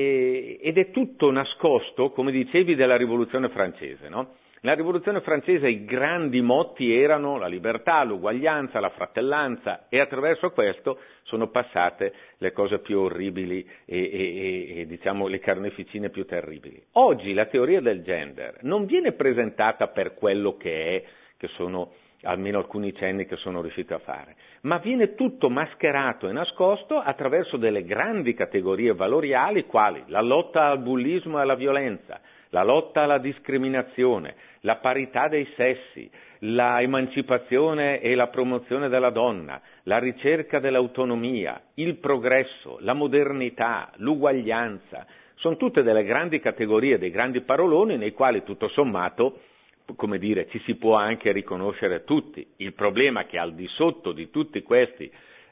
Speaker 3: ed è tutto nascosto, come dicevi, della Rivoluzione francese, no? La Rivoluzione francese i grandi motti erano la libertà, l'uguaglianza, la fratellanza, e attraverso questo sono passate le cose più orribili e diciamo le carneficine più terribili. Oggi la teoria del gender non viene presentata per quello che è, che sono almeno alcuni cenni che sono riusciti a fare, ma viene tutto mascherato e nascosto attraverso delle grandi categorie valoriali quali la lotta al bullismo e alla violenza, la lotta alla discriminazione, la parità dei sessi, la emancipazione e la promozione della donna, la ricerca dell'autonomia, il progresso, la modernità, l'uguaglianza. Sono tutte delle grandi categorie, dei grandi paroloni nei quali tutto sommato, come dire, ci si può anche riconoscere tutti. Il problema è che al di sotto di tutti queste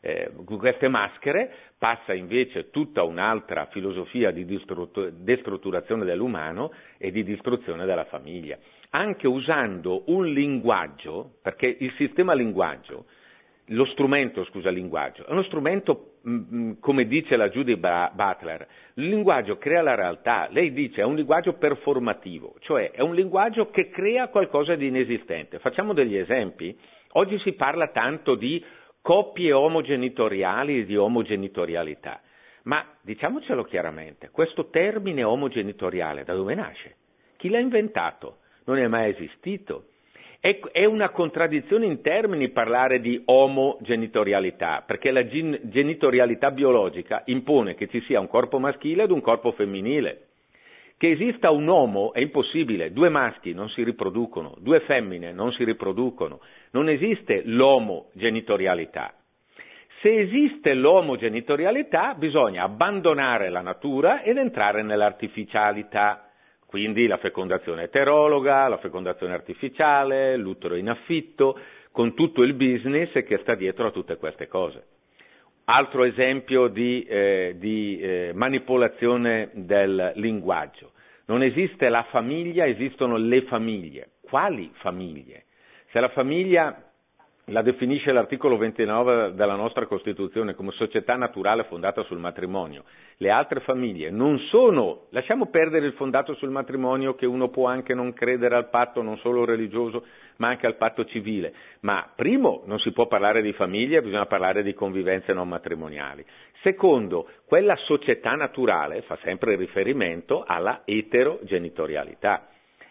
Speaker 3: maschere passa invece tutta un'altra filosofia di destrutturazione dell'umano e di distruzione della famiglia, anche usando un linguaggio, perché il sistema linguaggio, linguaggio, è uno strumento, come dice la Judith Butler, il linguaggio crea la realtà. Lei dice è un linguaggio performativo, cioè è un linguaggio che crea qualcosa di inesistente. Facciamo degli esempi. Oggi si parla tanto di coppie omogenitoriali e di omogenitorialità, ma diciamocelo chiaramente, questo termine omogenitoriale da dove nasce? Chi l'ha inventato? Non è mai esistito. È una contraddizione in termini parlare di omogenitorialità, perché la genitorialità biologica impone che ci sia un corpo maschile ed un corpo femminile. Che esista un uomo è impossibile, 2 maschi non si riproducono, 2 femmine non si riproducono, non esiste l'omogenitorialità. Se esiste l'omogenitorialità bisogna abbandonare la natura ed entrare nell'artificialità, quindi la fecondazione eterologa, la fecondazione artificiale, l'utero in affitto, con tutto il business che sta dietro a tutte queste cose. Altro esempio di manipolazione del linguaggio. Non esiste la famiglia, esistono le famiglie. Quali famiglie? Se la famiglia la definisce l'articolo 29 della nostra Costituzione come società naturale fondata sul matrimonio, le altre famiglie non sono, lasciamo perdere il fondato sul matrimonio, che uno può anche non credere al patto non solo religioso ma anche al patto civile, ma primo non si può parlare di famiglia, bisogna parlare di convivenze non matrimoniali. Secondo, quella società naturale fa sempre riferimento alla eterogenitorialità.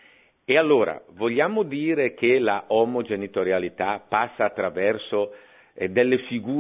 Speaker 3: E allora, vogliamo dire che la omogenitorialità passa attraverso delle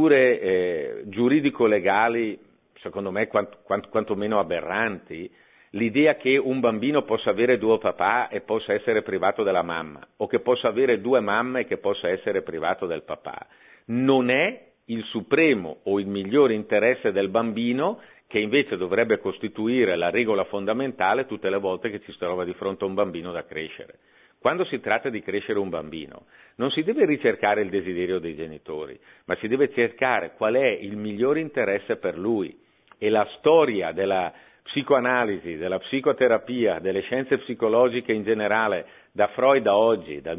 Speaker 3: figure giuridico-legali, secondo me, quantomeno aberranti? L'idea che un bambino possa avere 2 papà e possa essere privato della mamma, o che possa avere 2 mamme e che possa essere privato del papà, non è il supremo o il migliore interesse del bambino, che invece dovrebbe costituire la regola fondamentale tutte le volte che ci si trova di fronte a un bambino da crescere. Quando si tratta di crescere un bambino, non si deve ricercare il desiderio dei genitori, ma si deve cercare qual è il migliore interesse per lui. E la storia della psicoanalisi, della psicoterapia, delle scienze psicologiche in generale, da Freud a oggi, dal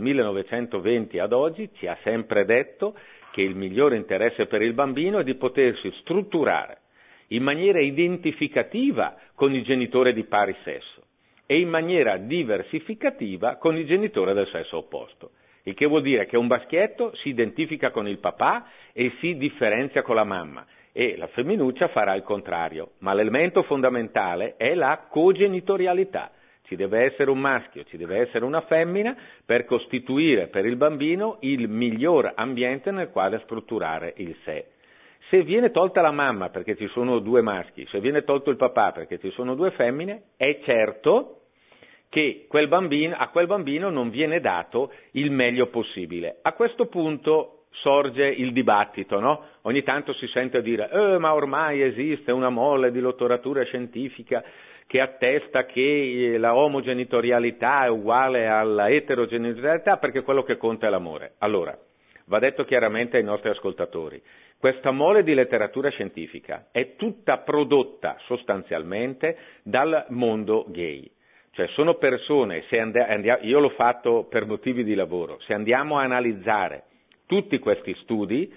Speaker 3: 1920 ad oggi, ci ha sempre detto che il migliore interesse per il bambino è di potersi strutturare in maniera identificativa con il genitore di pari sesso e in maniera diversificativa con il genitore del sesso opposto. Il che vuol dire che un maschietto si identifica con il papà e si differenzia con la mamma, e la femminuccia farà il contrario, ma l'elemento fondamentale è la cogenitorialità. Ci deve essere un maschio, ci deve essere una femmina per costituire per il bambino il miglior ambiente nel quale strutturare il sé. Se viene tolta la mamma perché ci sono 2 maschi, se viene tolto il papà perché ci sono 2 femmine, è certo che a quel bambino non viene dato il meglio possibile. A questo punto sorge il dibattito, no? Ogni tanto si sente dire ma ormai esiste una mole di letteratura scientifica che attesta che la omogenitorialità è uguale alla eterogenitorialità perché quello che conta è l'amore. Allora, va detto chiaramente ai nostri ascoltatori, questa mole di letteratura scientifica è tutta prodotta sostanzialmente dal mondo gay. Cioè sono persone, io l'ho fatto per motivi di lavoro, se andiamo a analizzare tutti questi studi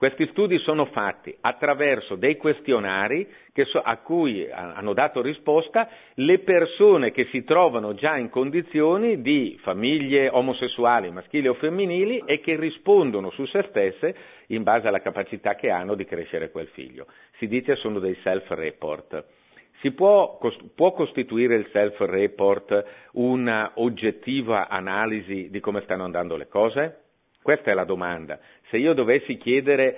Speaker 3: sono fatti attraverso dei questionari a cui hanno dato risposta le persone che si trovano già in condizioni di famiglie omosessuali, maschili o femminili, e che rispondono su se stesse in base alla capacità che hanno di crescere quel figlio. Si dice sono dei self-report. Si può costituire il self-report una oggettiva analisi di come stanno andando le cose? Questa è la domanda. Se io dovessi chiedere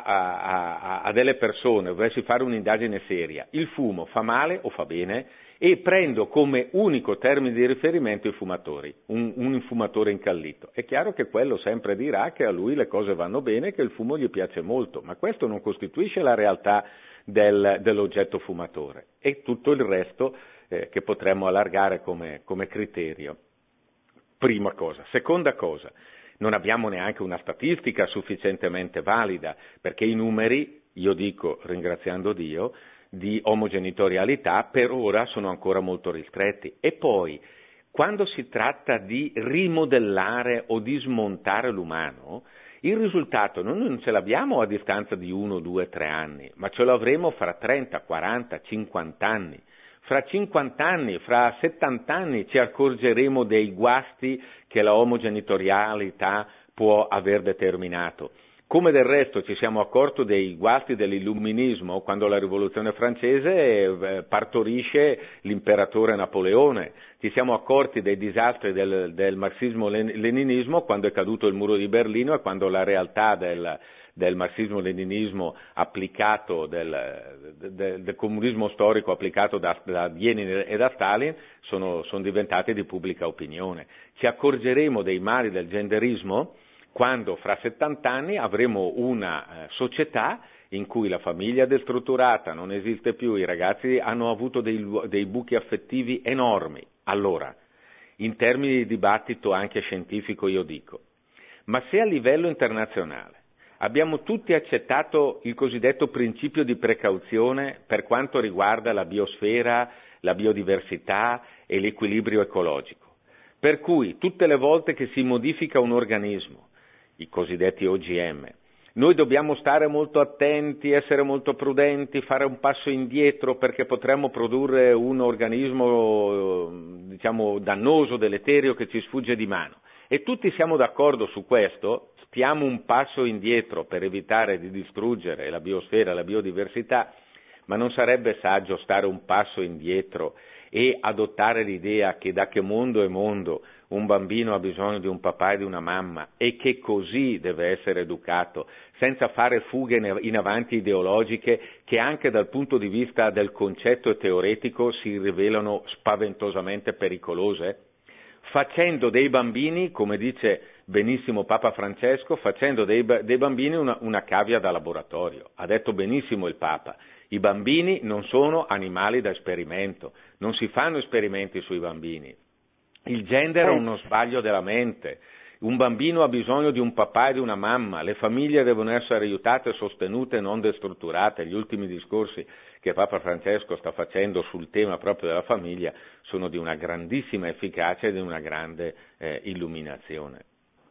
Speaker 3: a delle persone, dovessi fare un'indagine seria, il fumo fa male o fa bene? E prendo come unico termine di riferimento i fumatori, un fumatore incallito. È chiaro che quello sempre dirà che a lui le cose vanno bene, che il fumo gli piace molto, ma questo non costituisce la realtà dell'oggetto fumatore. E tutto il resto che potremmo allargare come criterio. Prima cosa. Seconda cosa. Non abbiamo neanche una statistica sufficientemente valida, perché i numeri, io dico, ringraziando Dio, di omogenitorialità per ora sono ancora molto ristretti. E poi, quando si tratta di rimodellare o di smontare l'umano, il risultato noi non ce l'abbiamo a distanza di 1, 2, 3 anni, ma ce lo avremo fra 30, 40, 50 anni. Fra 50 anni, fra 70 anni ci accorgeremo dei guasti che la omogenitorialità può aver determinato. Come del resto ci siamo accorti dei guasti dell'illuminismo quando la rivoluzione francese partorisce l'imperatore Napoleone, ci siamo accorti dei disastri del marxismo-leninismo quando è caduto il muro di Berlino e quando la realtà del marxismo-leninismo applicato, del comunismo storico applicato da Lenin e da Stalin sono diventati di pubblica opinione. Ci accorgeremo dei mali del genderismo quando fra 70 anni avremo una società in cui la famiglia destrutturata non esiste più, i ragazzi hanno avuto dei buchi affettivi enormi. Allora, in termini di dibattito anche scientifico io dico, ma se a livello internazionale abbiamo tutti accettato il cosiddetto principio di precauzione per quanto riguarda la biosfera, la biodiversità e l'equilibrio ecologico, per cui tutte le volte che si modifica un organismo, i cosiddetti OGM, noi dobbiamo stare molto attenti, essere molto prudenti, fare un passo indietro perché potremmo produrre un organismo, diciamo, dannoso, deleterio che ci sfugge di mano. E tutti siamo d'accordo su questo, stiamo un passo indietro per evitare di distruggere la biosfera, la biodiversità, ma non sarebbe saggio stare un passo indietro e adottare l'idea che da che mondo è mondo un bambino ha bisogno di un papà e di una mamma e che così deve essere educato, senza fare fughe in avanti ideologiche che anche dal punto di vista del concetto teoretico si rivelano spaventosamente pericolose? Facendo dei bambini, come dice benissimo Papa Francesco, facendo dei bambini una cavia da laboratorio. Ha detto benissimo il Papa, i bambini non sono animali da esperimento, non si fanno esperimenti sui bambini. Il gender è uno sbaglio della mente. Un bambino ha bisogno di un papà e di una mamma, le famiglie devono essere aiutate, sostenute e non destrutturate. Gli ultimi discorsi che Papa Francesco sta facendo sul tema proprio della famiglia sono di una grandissima efficacia e di una grande illuminazione.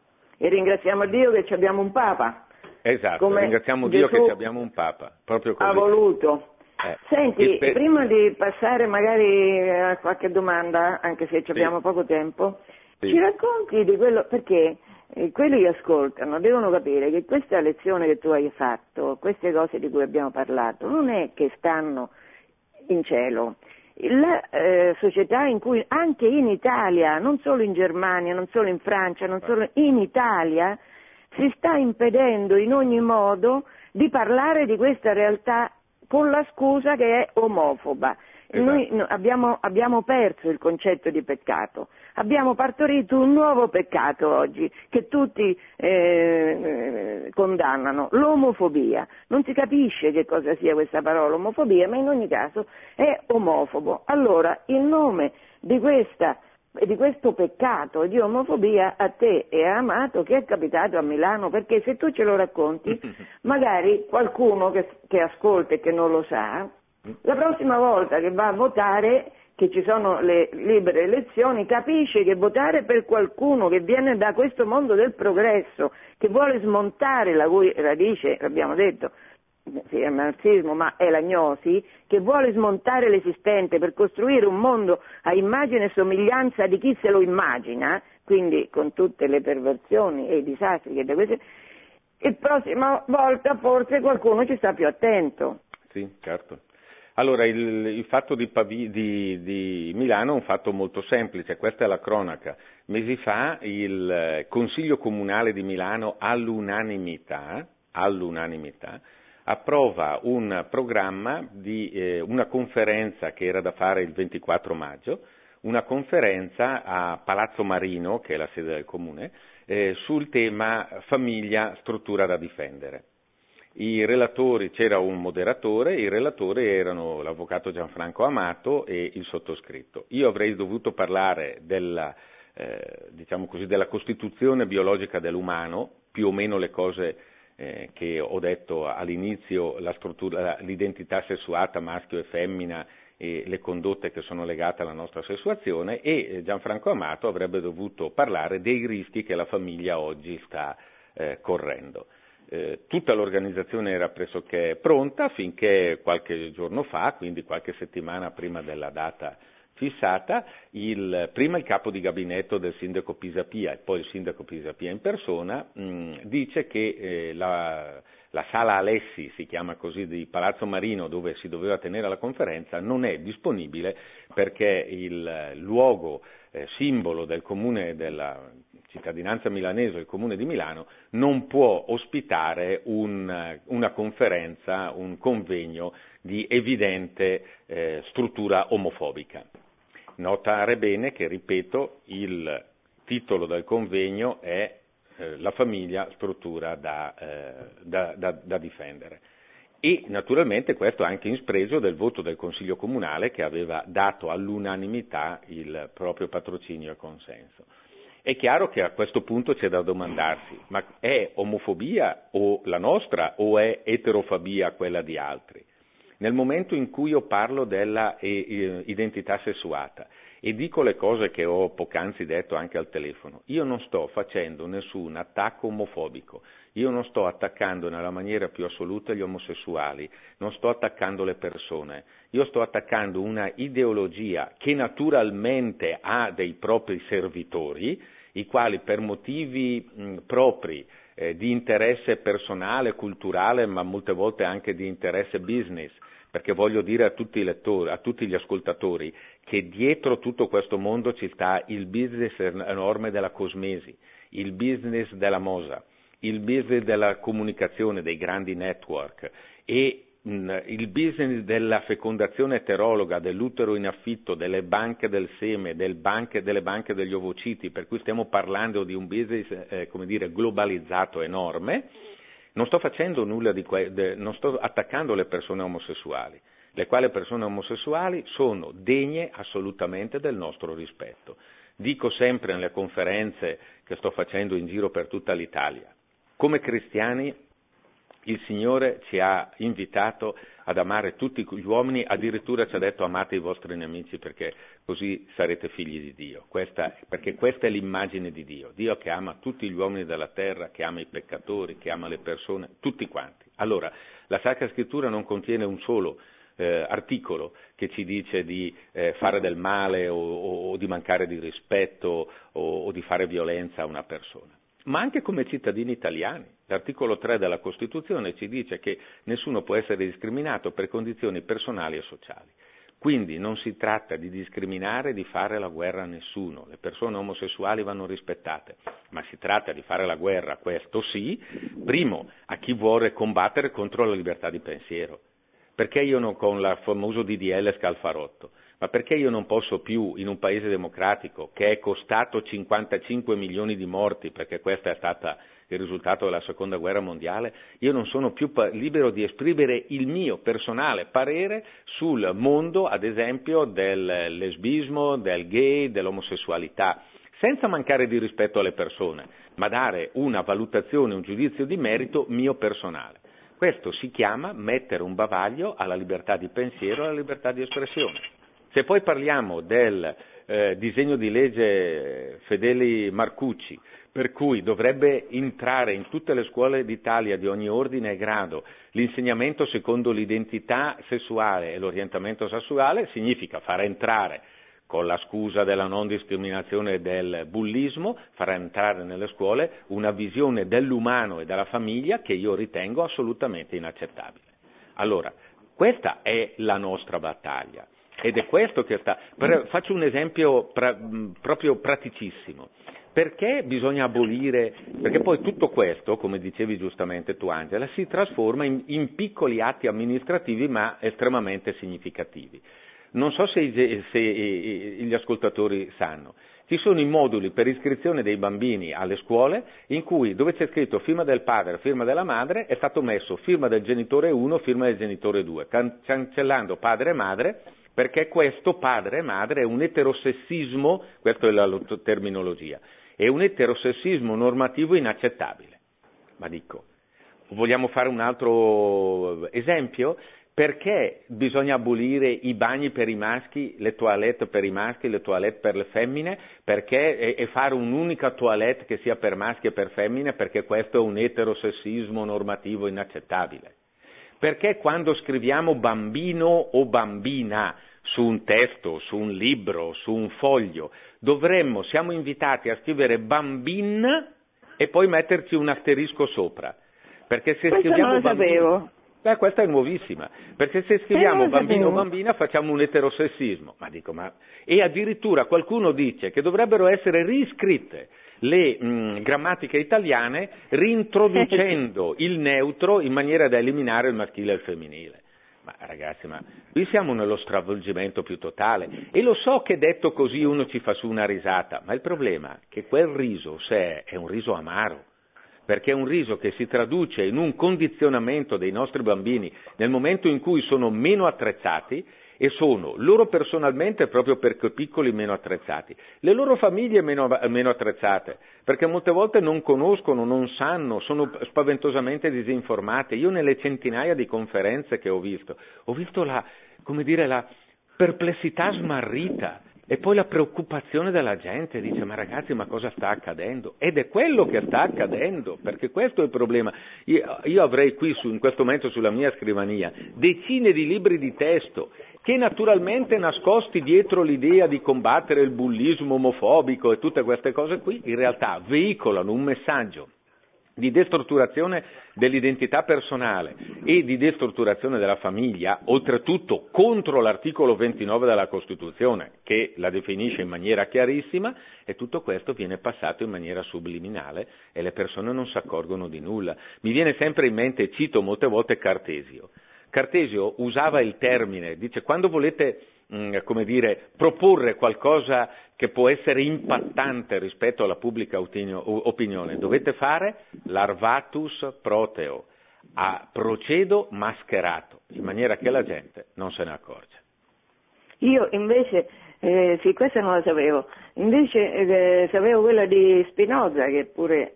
Speaker 2: E ringraziamo Dio che abbiamo un Papa.
Speaker 3: Esatto, ringraziamo Dio che abbiamo un Papa, proprio così.
Speaker 2: Ha voluto. Senti, prima di passare magari a qualche domanda, anche se abbiamo poco tempo, ci racconti di quello, perché quelli che ascoltano devono capire che questa lezione che tu hai fatto, queste cose di cui abbiamo parlato, non è che stanno in cielo. La società in cui, anche in Italia, non solo in Germania, non solo in Francia, non solo in Italia, si sta impedendo in ogni modo di parlare di questa realtà con la scusa che è omofoba. Esatto. Noi abbiamo perso il concetto di peccato, abbiamo partorito un nuovo peccato oggi che tutti condannano, l'omofobia. Non si capisce che cosa sia questa parola omofobia, ma in ogni caso è omofobo. Allora, in nome di questo peccato di omofobia a te e a Amato che è capitato a Milano, perché se tu ce lo racconti magari qualcuno che ascolta e che non lo sa, la prossima volta che va a votare, che ci sono le libere elezioni, capisce che votare per qualcuno che viene da questo mondo del progresso, che vuole smontare la cui radice, abbiamo detto, sì, è il marxismo, ma è l'agnosi, che vuole smontare l'esistente per costruire un mondo a immagine e somiglianza di chi se lo immagina, quindi con tutte le perversioni e i disastri che da queste, la prossima volta forse qualcuno ci sta più attento.
Speaker 3: Sì, certo. Allora, il fatto di Milano è un fatto molto semplice, questa è la cronaca. Mesi fa il Consiglio Comunale di Milano all'unanimità approva un programma di una conferenza che era da fare il 24 maggio, una conferenza a Palazzo Marino, che è la sede del Comune, sul tema famiglia, struttura da difendere. I relatori, c'era un moderatore, i relatori erano l'avvocato Gianfranco Amato e il sottoscritto. Io avrei dovuto parlare della costituzione biologica dell'umano, più o meno le cose che ho detto all'inizio, l'identità sessuata maschio e femmina e le condotte che sono legate alla nostra sessuazione, e Gianfranco Amato avrebbe dovuto parlare dei rischi che la famiglia oggi sta correndo. Tutta l'organizzazione era pressoché pronta finché qualche giorno fa, quindi qualche settimana prima della data fissata prima il capo di gabinetto del sindaco Pisapia e poi il sindaco Pisapia in persona dice che la sala Alessi, si chiama così, di Palazzo Marino, dove si doveva tenere la conferenza, non è disponibile perché il luogo simbolo del comune, della cittadinanza milanese, il comune di Milano, non può ospitare una conferenza, un convegno di evidente struttura omofobica. Notare bene che, ripeto, il titolo del convegno è la famiglia, struttura da difendere. E naturalmente questo anche in spregio del voto del Consiglio Comunale che aveva dato all'unanimità il proprio patrocinio e consenso. È chiaro che a questo punto c'è da domandarsi, ma è omofobia o la nostra o è eterofobia quella di altri? Nel momento in cui io parlo della identità sessuata e dico le cose che ho poc'anzi detto anche al telefono, io non sto facendo nessun attacco omofobico, io non sto attaccando nella maniera più assoluta gli omosessuali, non sto attaccando le persone, io sto attaccando una ideologia che naturalmente ha dei propri servitori, i quali per motivi propri di interesse personale, culturale, ma molte volte anche di interesse business, perché voglio dire a tutti i lettori, a tutti gli ascoltatori, che dietro tutto questo mondo ci sta il business enorme della cosmesi, il business della moda, il business della comunicazione, dei grandi network e il business della fecondazione eterologa, dell'utero in affitto, delle banche del seme, delle banche degli ovociti, per cui stiamo parlando di un business globalizzato enorme. Non sto facendo nulla non sto attaccando le persone omosessuali, le quali persone omosessuali sono degne assolutamente del nostro rispetto. Dico sempre nelle conferenze che sto facendo in giro per tutta l'Italia, come cristiani il Signore ci ha invitato ad amare tutti gli uomini, addirittura ci ha detto amate i vostri nemici perché così sarete figli di Dio, perché questa è l'immagine di Dio, Dio che ama tutti gli uomini della terra, che ama i peccatori, che ama le persone, tutti quanti. Allora, la Sacra Scrittura non contiene un solo articolo che ci dice di fare del male o di mancare di rispetto o di fare violenza a una persona. Ma anche come cittadini italiani. L'articolo 3 della Costituzione ci dice che nessuno può essere discriminato per condizioni personali e sociali. Quindi non si tratta di discriminare, di fare la guerra a nessuno, le persone omosessuali vanno rispettate, ma si tratta di fare la guerra, questo sì, primo a chi vuole combattere contro la libertà di pensiero. Perché io non con il famoso DDL Scalfarotto? Ma perché io non posso più, in un paese democratico, che è costato 55 milioni di morti, perché questo è stato il risultato della Seconda Guerra Mondiale, io non sono più libero di esprimere il mio personale parere sul mondo, ad esempio, del lesbismo, del gay, dell'omosessualità, senza mancare di rispetto alle persone, ma dare una valutazione, un giudizio di merito mio personale. Questo si chiama mettere un bavaglio alla libertà di pensiero e alla libertà di espressione. Se poi parliamo del disegno di legge Fedeli Marcucci, per cui dovrebbe entrare in tutte le scuole d'Italia di ogni ordine e grado l'insegnamento secondo l'identità sessuale e l'orientamento sessuale, significa far entrare, con la scusa della non discriminazione e del bullismo, far entrare nelle scuole una visione dell'umano e della famiglia che io ritengo assolutamente inaccettabile. Allora, questa è la nostra battaglia. Ed è questo che faccio un esempio proprio praticissimo. Perché bisogna abolire? Perché poi tutto questo, come dicevi giustamente tu Angela, si trasforma in piccoli atti amministrativi ma estremamente significativi. Non so se gli ascoltatori sanno. Ci sono i moduli per iscrizione dei bambini alle scuole in cui dove c'è scritto firma del padre, firma della madre, è stato messo firma del genitore 1, firma del genitore 2, cancellando padre e madre, perché questo padre e madre è un eterosessismo, questa è la terminologia, è un eterosessismo normativo inaccettabile. Ma dico, vogliamo fare un altro esempio? Perché bisogna abolire i bagni per i maschi, le toilette per i maschi, le toilette per le femmine? Perché e fare un'unica toilette che sia per maschi e per femmine? Perché questo è un eterosessismo normativo inaccettabile. Perché quando scriviamo bambino o bambina su un testo, su un libro, su un foglio, siamo invitati a scrivere bambin e poi metterci un asterisco sopra. Perché se
Speaker 2: Questo
Speaker 3: scriviamo
Speaker 2: non lo sapevo.
Speaker 3: Questa è nuovissima, perché se scriviamo
Speaker 2: non lo
Speaker 3: bambino o
Speaker 2: sapevo.
Speaker 3: bambina facciamo un eterosessismo, e addirittura qualcuno dice che dovrebbero essere riscritte le grammatiche italiane reintroducendo il neutro in maniera da eliminare il maschile e il femminile. Ma ragazzi, qui siamo nello stravolgimento più totale, e lo so che detto così uno ci fa su una risata, ma il problema è che quel riso, se è un riso amaro, perché è un riso che si traduce in un condizionamento dei nostri bambini nel momento in cui sono meno attrezzati, e sono loro personalmente, proprio perché piccoli, meno attrezzati, le loro famiglie meno attrezzate, perché molte volte non conoscono, non sanno, sono spaventosamente disinformate. Io nelle centinaia di conferenze che ho visto la perplessità smarrita. E poi la preoccupazione della gente, dice: ma ragazzi, ma cosa sta accadendo? Ed è quello che sta accadendo, perché questo è il problema. Io avrei qui in questo momento sulla mia scrivania decine di libri di testo che naturalmente, nascosti dietro l'idea di combattere il bullismo omofobico e tutte queste cose qui, in realtà veicolano un messaggio di destrutturazione dell'identità personale e di destrutturazione della famiglia, oltretutto contro l'articolo 29 della Costituzione, che la definisce in maniera chiarissima, e tutto questo viene passato in maniera subliminale e le persone non si accorgono di nulla. Mi viene sempre in mente, cito molte volte Cartesio. Cartesio usava il termine, dice: quando volete proporre qualcosa che può essere impattante rispetto alla pubblica opinione, dovete fare larvatus proteo, a procedo mascherato, in maniera che la gente non se ne accorge.
Speaker 2: Io invece, sì, questa non la sapevo, invece sapevo quella di Spinoza, che pure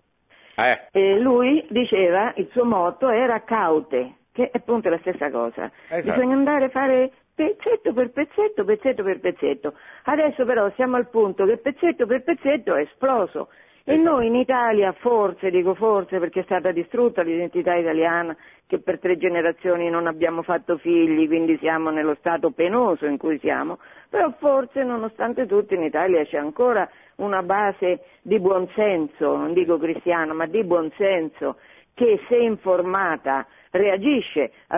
Speaker 2: lui diceva, il suo motto era caute, che è appunto la stessa cosa.
Speaker 3: Esatto.
Speaker 2: Bisogna andare a fare pezzetto per pezzetto, pezzetto per pezzetto. Adesso però siamo al punto che pezzetto per pezzetto è esploso. E noi in Italia, forse, dico forse, perché è stata distrutta l'identità italiana, che per 3 generazioni non abbiamo fatto figli, quindi siamo nello stato penoso in cui siamo, però forse, nonostante tutto, in Italia c'è ancora una base di buonsenso, non dico cristiano, ma di buonsenso, che se informata reagisce a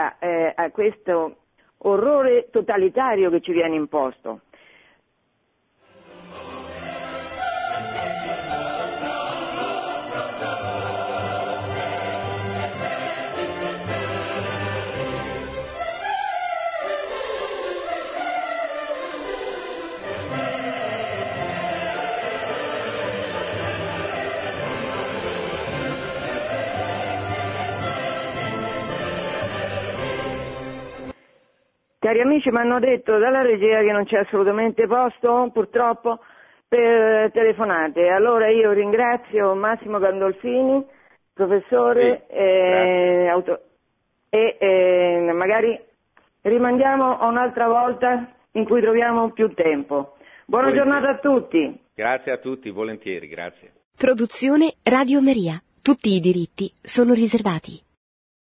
Speaker 2: questo orrore totalitario che ci viene imposto. Cari amici, mi hanno detto dalla regia che non c'è assolutamente posto, purtroppo, per telefonate. Allora io ringrazio Massimo Gandolfini, professore, e magari rimandiamo a un'altra volta in cui troviamo più tempo. Buona giornata a tutti.
Speaker 3: Grazie a tutti, volentieri, grazie.
Speaker 1: Produzione Radio Maria. Tutti i diritti sono riservati.